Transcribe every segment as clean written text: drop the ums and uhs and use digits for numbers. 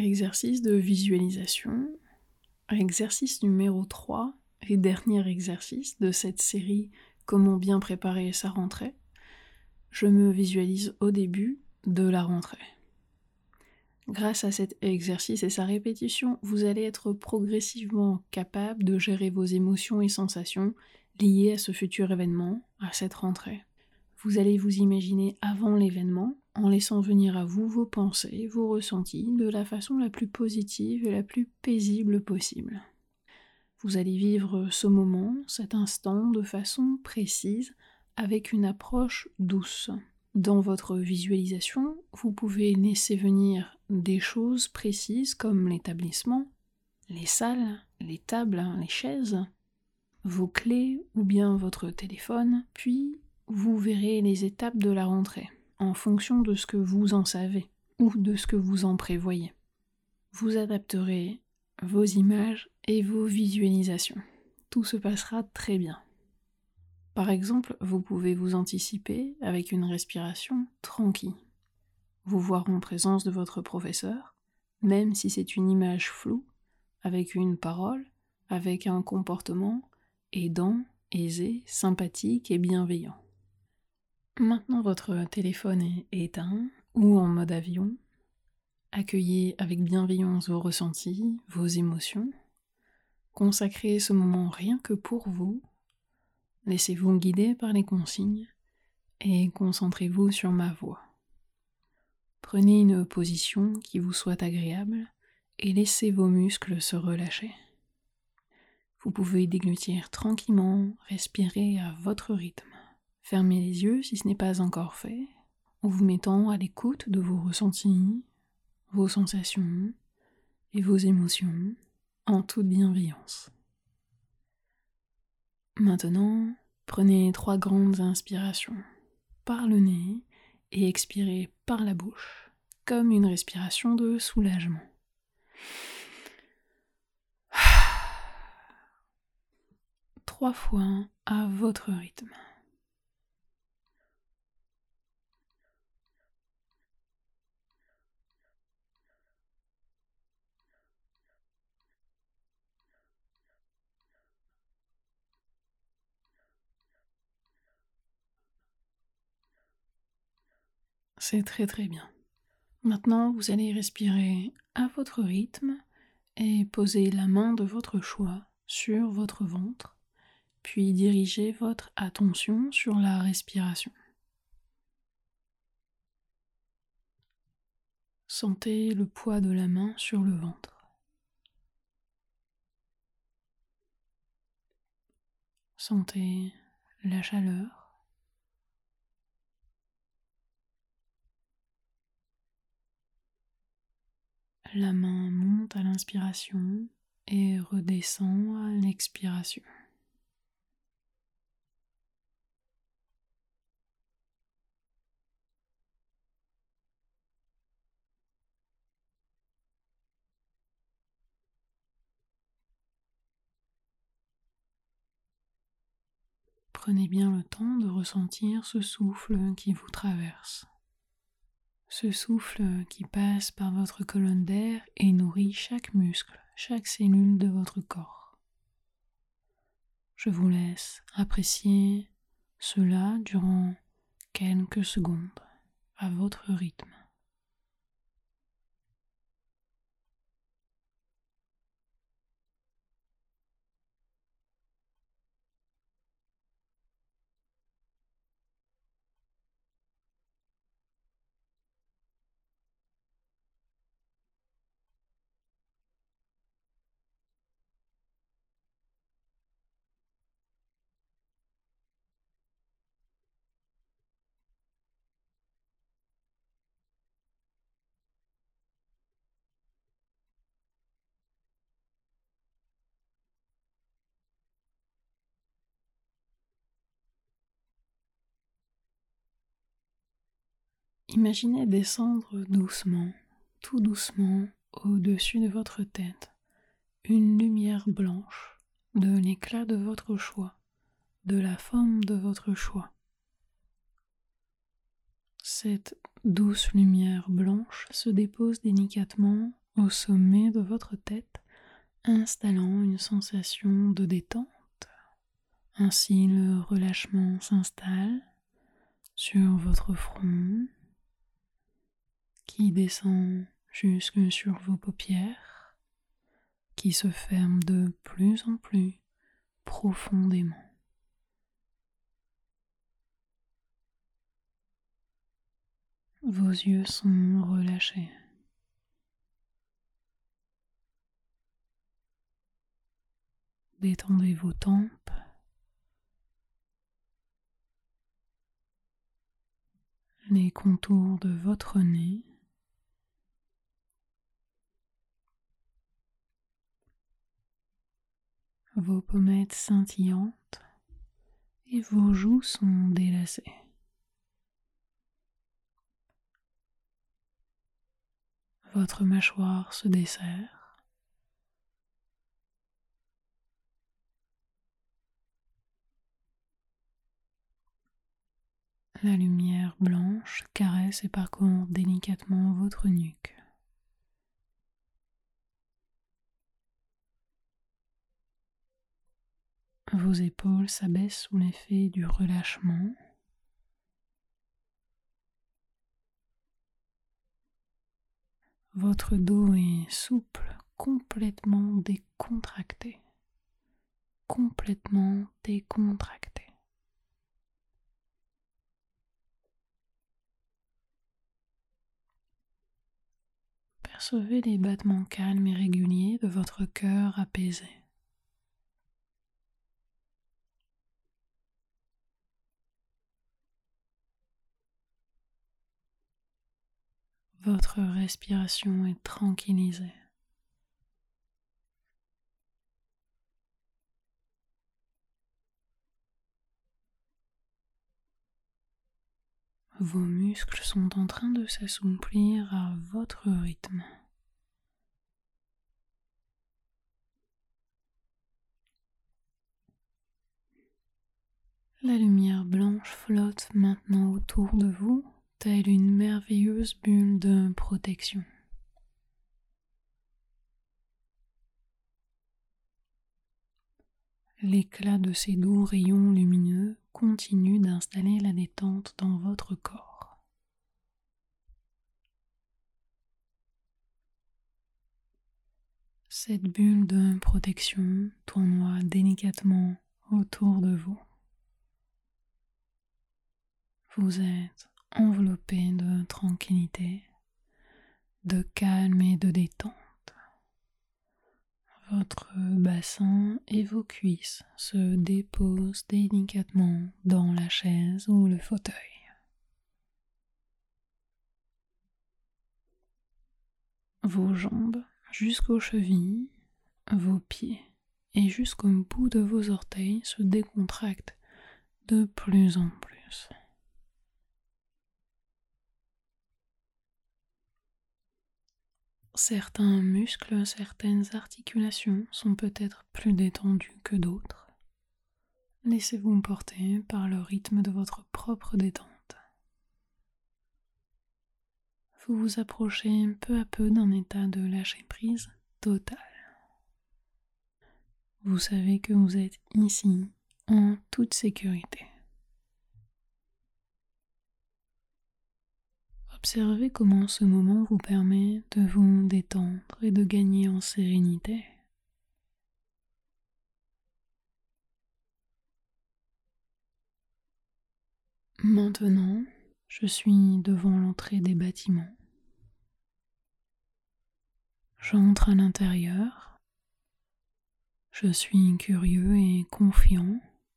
Exercice de visualisation, exercice numéro 3 et dernier exercice de cette série Comment bien préparer sa rentrée. Je me visualise au début de la rentrée. Grâce à cet exercice et sa répétition, vous allez être progressivement capable de gérer vos émotions et sensations liées à ce futur événement, à cette rentrée. Vous allez vous imaginer avant l'événement, en laissant venir à vous vos pensées, vos ressentis, de la façon la plus positive et la plus paisible possible. Vous allez vivre ce moment, cet instant, de façon précise, avec une approche douce. Dans votre visualisation, vous pouvez laisser venir des choses précises comme l'établissement, les salles, les tables, les chaises, vos clés ou bien votre téléphone, puis vous verrez les étapes de la rentrée, en fonction de ce que vous en savez ou de ce que vous en prévoyez. Vous adapterez vos images et vos visualisations. Tout se passera très bien. Par exemple, vous pouvez vous anticiper avec une respiration tranquille. Vous voir en présence de votre professeur, même si c'est une image floue, avec une parole, avec un comportement aidant, aisé, sympathique et bienveillant. Maintenant votre téléphone est éteint ou en mode avion. Accueillez avec bienveillance vos ressentis, vos émotions. Consacrez ce moment rien que pour vous. Laissez-vous guider par les consignes et concentrez-vous sur ma voix. Prenez une position qui vous soit agréable et laissez vos muscles se relâcher. Vous pouvez déglutir tranquillement, respirer à votre rythme. Fermez les yeux si ce n'est pas encore fait, en vous mettant à l'écoute de vos ressentis, vos sensations et vos émotions en toute bienveillance. Maintenant, prenez 3 grandes inspirations par le nez et expirez par la bouche, comme une respiration de soulagement. Trois fois à votre rythme. C'est très très bien. Maintenant, vous allez respirer à votre rythme et poser la main de votre choix sur votre ventre, puis dirigez votre attention sur la respiration. Sentez le poids de la main sur le ventre. Sentez la chaleur. La main monte à l'inspiration et redescend à l'expiration. Prenez bien le temps de ressentir ce souffle qui vous traverse. Ce souffle qui passe par votre colonne d'air et nourrit chaque muscle, chaque cellule de votre corps. Je vous laisse apprécier cela durant quelques secondes, à votre rythme. Imaginez descendre doucement, tout doucement, au-dessus de votre tête, une lumière blanche, de l'éclat de votre choix, de la forme de votre choix. Cette douce lumière blanche se dépose délicatement au sommet de votre tête, installant une sensation de détente. Ainsi, le relâchement s'installe sur votre front, qui descend jusque sur vos paupières, qui se ferment de plus en plus profondément. Vos yeux sont relâchés. Détendez vos tempes, les contours de votre nez, vos pommettes scintillantes et vos joues sont délacées. Votre mâchoire se desserre. La lumière blanche caresse et parcourt délicatement votre nuque. Vos épaules s'abaissent sous l'effet du relâchement. Votre dos est souple, complètement décontracté. Complètement décontracté. Percevez les battements calmes et réguliers de votre cœur apaisé. Votre respiration est tranquillisée. Vos muscles sont en train de s'assouplir à votre rythme. La lumière blanche flotte maintenant autour de vous, telle une merveilleuse bulle de protection. L'éclat de ces doux rayons lumineux continue d'installer la détente dans votre corps. Cette bulle de protection tournoie délicatement autour de vous. Vous êtes enveloppé de tranquillité, de calme et de détente. Votre bassin et vos cuisses se déposent délicatement dans la chaise ou le fauteuil. Vos jambes jusqu'aux chevilles, vos pieds et jusqu'au bout de vos orteils se décontractent de plus en plus. Certains muscles, certaines articulations sont peut-être plus détendus que d'autres. Laissez-vous porter par le rythme de votre propre détente. Vous vous approchez peu à peu d'un état de lâcher-prise total. Vous savez que vous êtes ici en toute sécurité. Observez comment ce moment vous permet de vous détendre et de gagner en sérénité. Maintenant, je suis devant l'entrée des bâtiments. J'entre à l'intérieur. Je suis curieux et confiant.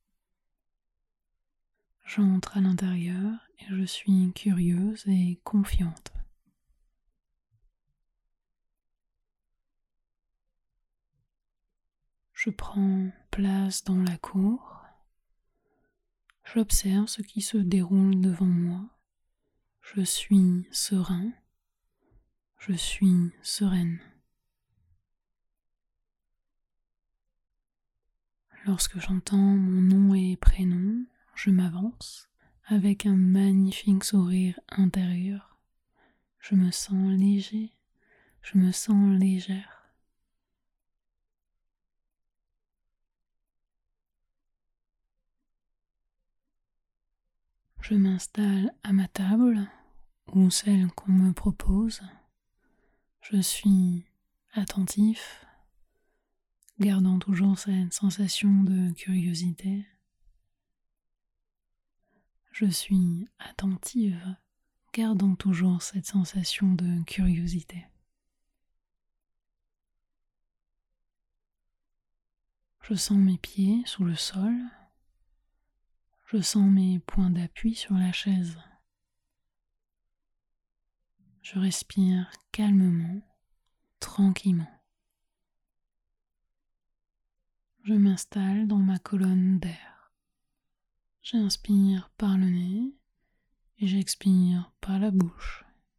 J'entre à l'intérieur et je suis curieuse et confiante. Je prends place dans la cour. J'observe ce qui se déroule devant moi. Je suis serein. Je suis sereine. Lorsque j'entends mon nom et prénom, je m'avance avec un magnifique sourire intérieur. Je me sens léger, Je me sens légère. Je m'installe à ma table ou celle qu'on me propose. Je suis attentif, gardant toujours cette sensation de curiosité. Je suis attentive, gardant toujours cette sensation de curiosité. Je sens mes pieds sous le sol. Je sens mes points d'appui sur la chaise. Je respire calmement, tranquillement. Je m'installe dans ma colonne d'air. J'inspire par le nez et j'expire par la bouche.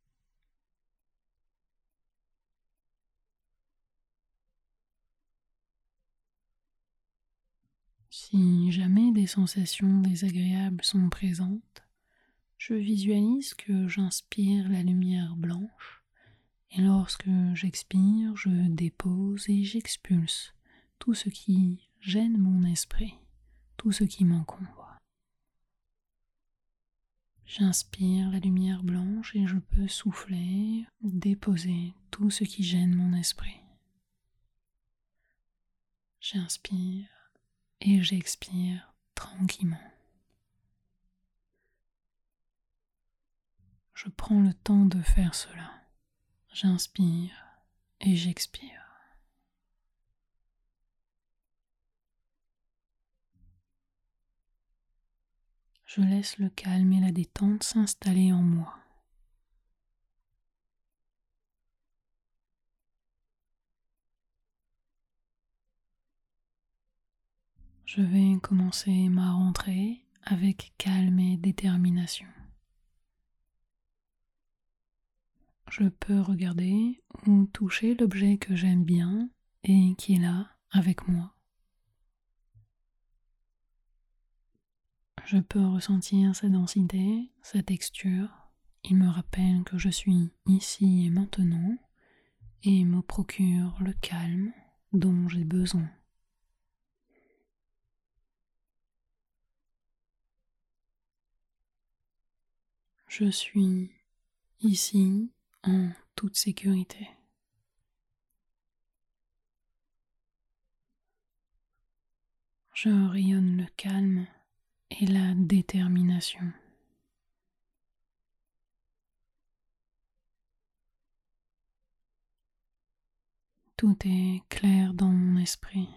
Si jamais des sensations désagréables sont présentes, je visualise que j'inspire la lumière blanche et lorsque j'expire, je dépose et j'expulse tout ce qui gêne mon esprit, tout ce qui m'encombre. J'inspire la lumière blanche et je peux souffler, déposer tout ce qui gêne mon esprit. J'inspire et j'expire tranquillement. Je prends le temps de faire cela. J'inspire et j'expire. Je laisse le calme et la détente s'installer en moi. Je vais commencer ma rentrée avec calme et détermination. Je peux regarder ou toucher l'objet que j'aime bien et qui est là avec moi. Je peux ressentir sa densité, sa texture. Il me rappelle que je suis ici et maintenant et me procure le calme dont j'ai besoin. Je suis ici en toute sécurité. Je rayonne le calme et la détermination. Tout est clair dans mon esprit.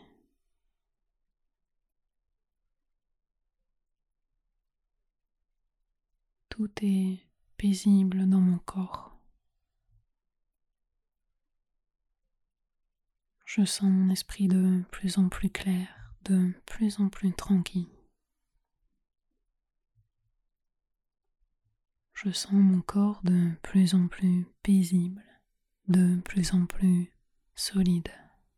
Tout est paisible dans mon corps. Je sens mon esprit de plus en plus clair, de plus en plus tranquille. Je sens mon corps de plus en plus paisible, de plus en plus solide.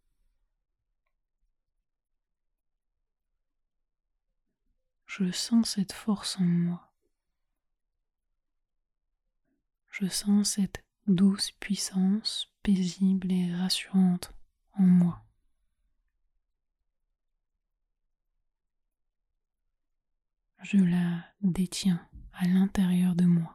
Je sens cette force en moi. Je sens cette douce puissance paisible et rassurante en moi. Je la détiens à l'intérieur de moi.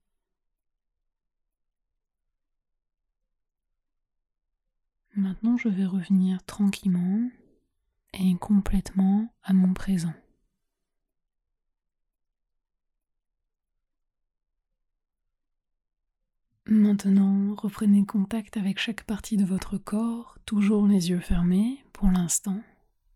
Maintenant, je vais revenir tranquillement et complètement à mon présent. Maintenant, reprenez contact avec chaque partie de votre corps, toujours les yeux fermés pour l'instant.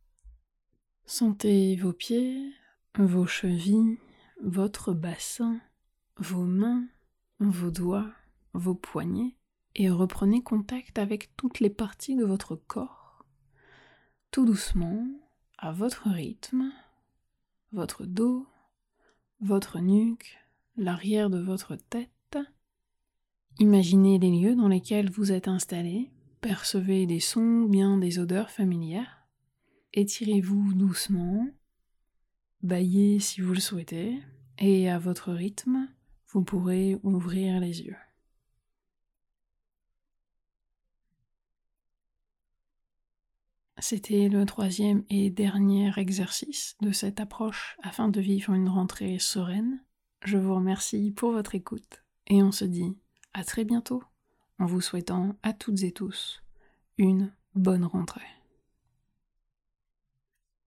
Sentez vos pieds, vos chevilles, votre bassin, vos mains, vos doigts, vos poignets et reprenez contact avec toutes les parties de votre corps. Tout doucement, à votre rythme, votre dos, votre nuque, l'arrière de votre tête. Imaginez les lieux dans lesquels vous êtes installé, percevez des sons ou bien des odeurs familières. Étirez-vous doucement, bâillez si vous le souhaitez, et à votre rythme, vous pourrez ouvrir les yeux. C'était le 3e et dernier exercice de cette approche afin de vivre une rentrée sereine. Je vous remercie pour votre écoute et on se dit à très bientôt en vous souhaitant à toutes et tous une bonne rentrée.